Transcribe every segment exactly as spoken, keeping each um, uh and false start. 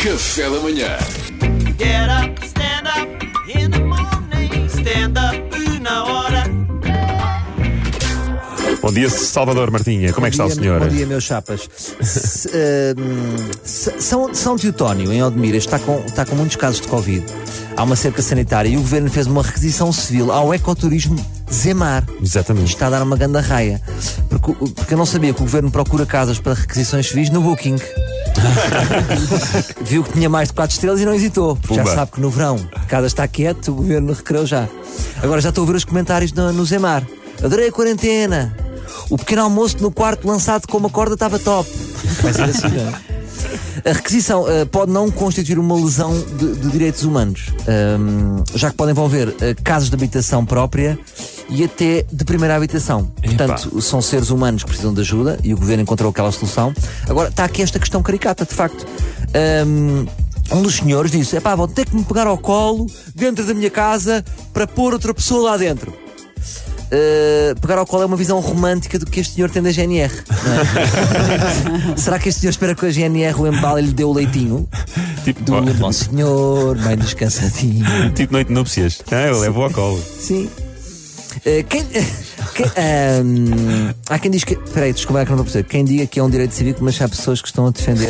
Café da manhã. Get up, stand up in the morning. Stand up na hora. Bom dia, Salvador Martinha. Como é que está o senhor? Bom dia, meus chapas. S- uh, São, São Teotónio, em Odmira, está com, está com muitos casos de Covid. Há uma cerca sanitária e o governo fez uma requisição civil ao ecoturismo Zemar. Exatamente. Está a dar uma ganda raia. Porque, porque eu não sabia que o governo procura casas para requisições civis no Booking. Viu que tinha mais de quatro estrelas e não hesitou. Já Pumba. sabe que no verão a casa está quieta, o governo requereu já. Agora já estou a ver os comentários no, no Zemar. Adorei a quarentena. O pequeno almoço no quarto lançado com uma corda estava top. Vai ser assim, não é? A requisição uh, pode não constituir uma lesão de, de direitos humanos, um, já que pode envolver uh, casos de habitação própria e até de primeira habitação. Epa. Portanto, são seres humanos que precisam de ajuda e o governo encontrou aquela solução. Agora, está aqui esta questão caricata, de facto. Um, um dos senhores disse: epá, vão ter que me pegar ao colo dentro da minha casa para pôr outra pessoa lá dentro. Uh, pegar ao colo é uma visão romântica do que este senhor tem da G N R, não é? Será que este senhor espera que a G N R o embale e lhe dê o leitinho? Tipo, Do bom senhor, bem descansadinho. tipo noite de núpcias. Ah, eu levo ao colo. Sim. Uh, quem, quem, um, há quem diz que. Espera aí, desculpa, que não estou a perceber. Quem diga que é um direito cívico, mas há pessoas que estão a defender.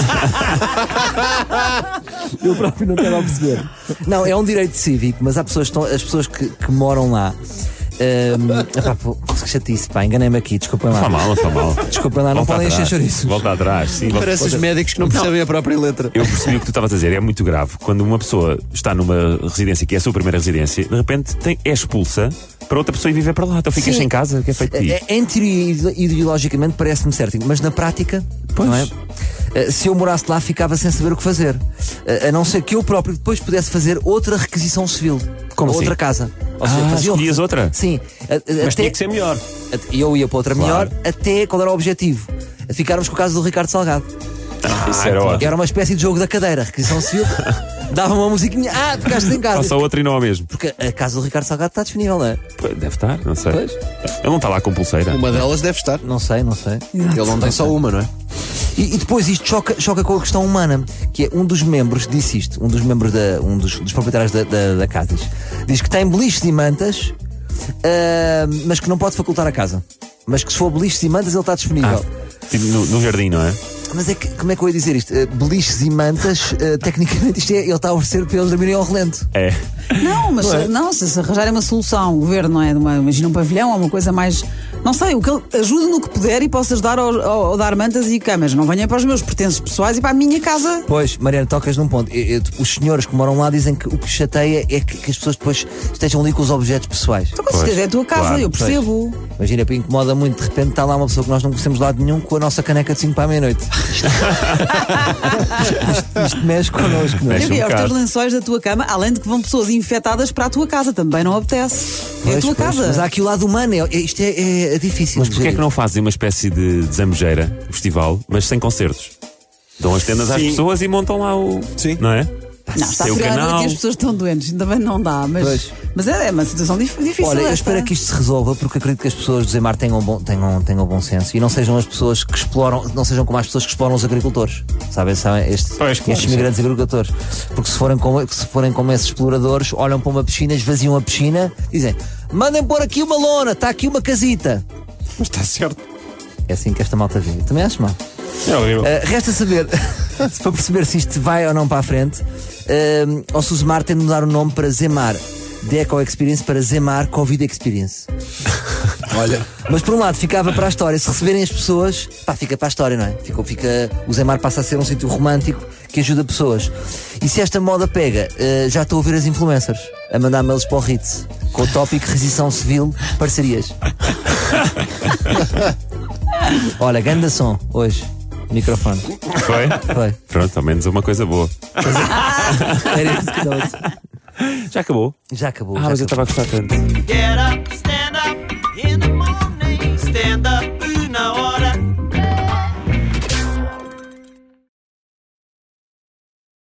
Eu próprio não quero a perceber. Não, é um direito cívico, mas há pessoas que estão, as pessoas que, que moram lá. Um, epá, pô, que chatice, pá, enganei-me aqui, desculpem lá. Não faz mal, não faz mal. Desculpem lá, não Volta podem encher atrás. chouriços. Volta atrás, sim. volta- Parece os médicos que não percebem a própria letra. Eu percebi o que tu estavas a dizer, é muito grave. Quando uma pessoa está numa residência que é a sua primeira residência, de repente tem, é expulsa para outra pessoa ir viver para lá. Então ficas Sim. sem casa, o que é feito de ti? É, em teoria, ide- ideologicamente, parece-me certo, mas na prática, Pois. não é? Uh, se eu morasse lá, ficava sem saber o que fazer. Uh, a não ser que eu próprio depois pudesse fazer outra requisição civil. Como a outra assim? casa. Ou Ah, fazia- escolhias outra? Sim. A- a- Mas até, tinha que ser melhor. a- eu ia para outra Claro. melhor, até qual era o objetivo? A ficarmos com o caso do Ricardo Salgado. Isso era ótimo. Era uma espécie de jogo da cadeira. Requisição civil, dava uma musiquinha, ah, ficaste em casa. Faça outra e não ao mesmo. Porque a casa do Ricardo Salgado está disponível, não é? Pois, deve estar, não sei. Pois. Ele não está lá com pulseira. Uma delas deve estar. Não sei, não sei. Ele não tem só uma, não é? E, e depois isto choca, choca com a questão humana, que é um dos membros disse isto, um dos membros da, um dos, dos proprietários da, da, da casa diz, diz que tem beliches e mantas, ah, mas que não pode facultar a casa. Mas que se for beliches e mantas ele está disponível. Ah, tipo no, no jardim, não é? Mas é que, como é que eu ia dizer isto? Uh, beliches e mantas, uh, tecnicamente isto é, ele está a oferecer para eles dormirem ao relento. É. Não, mas não, se, se arranjarem uma solução, o governo, não é? De uma, imagina um pavilhão ou uma coisa mais. Não sei, o que ele ajude no que puder e posso ajudar ao, ao, ao dar mantas e camas. Não venha para os meus pertences pessoais e para a minha casa. Pois, Mariana, tocas num ponto. Eu- eu- os senhores que moram lá dizem que o que chateia é que, que as pessoas depois estejam ali com os objetos pessoais. Então, com certeza, é a tua casa, claro, eu percebo. Imagina, incomoda muito, de repente está lá uma pessoa que nós não conhecemos de lado nenhum com a nossa caneca de cinco para a meia-noite. Isto, isto, isto mexe connosco, não é? Mexe. E o quê? um Os teus bocado. lençóis da tua cama, além de que vão pessoas infectadas para a tua casa, também não apetece. É a Pois, tua pois, casa. Mas há aqui o lado humano, é, é- isto é, é- é difícil. Mas porquê é que não fazem uma espécie de zambujeira, um festival, mas sem concertos? Dão as tendas às Sim. pessoas e montam lá o. Sim. Não é? Não, está a Tem o frio à canal. noite e as pessoas estão doentes, também não dá, mas, Pois. mas é, é uma situação dif- difícil. Olha, eu esta. espero que isto se resolva porque acredito que as pessoas do Zemar tenham bom, tenham, tenham bom senso e não sejam as pessoas que exploram, não sejam como as pessoas que exploram os agricultores. Sabem? Sabem? Este, Pois, claro, estes sim. migrantes agricultores. Porque se forem, como, se forem como esses exploradores, olham para uma piscina, esvaziam a piscina, dizem: mandem pôr aqui uma lona, está aqui uma casita. Mas está certo. É assim que esta malta vive. Também acho mal. É horrível. Uh, resta saber, se para perceber se isto vai ou não para a frente, uh, ou se o Zemar tem de mudar o nome para Zemar, de Eco Experience para Zemar Covid Experience. Olha, Mas por um lado ficava para a história, se receberem as pessoas, pá, fica para a história, não é? Fica, fica, o Zemar passa a ser um sítio romântico que ajuda pessoas. E se esta moda pega, uh, já estou a ouvir as influencers a mandar mails para o Ritz com o tópico requisição civil, parcerias. Olha, ganda som hoje. Microfone. Foi? Foi. Pronto, ao menos uma coisa boa. Era isso que estava a dizer. Já acabou? Já acabou. Ah, já mas eu acabou. estava a gostar tanto. Get up.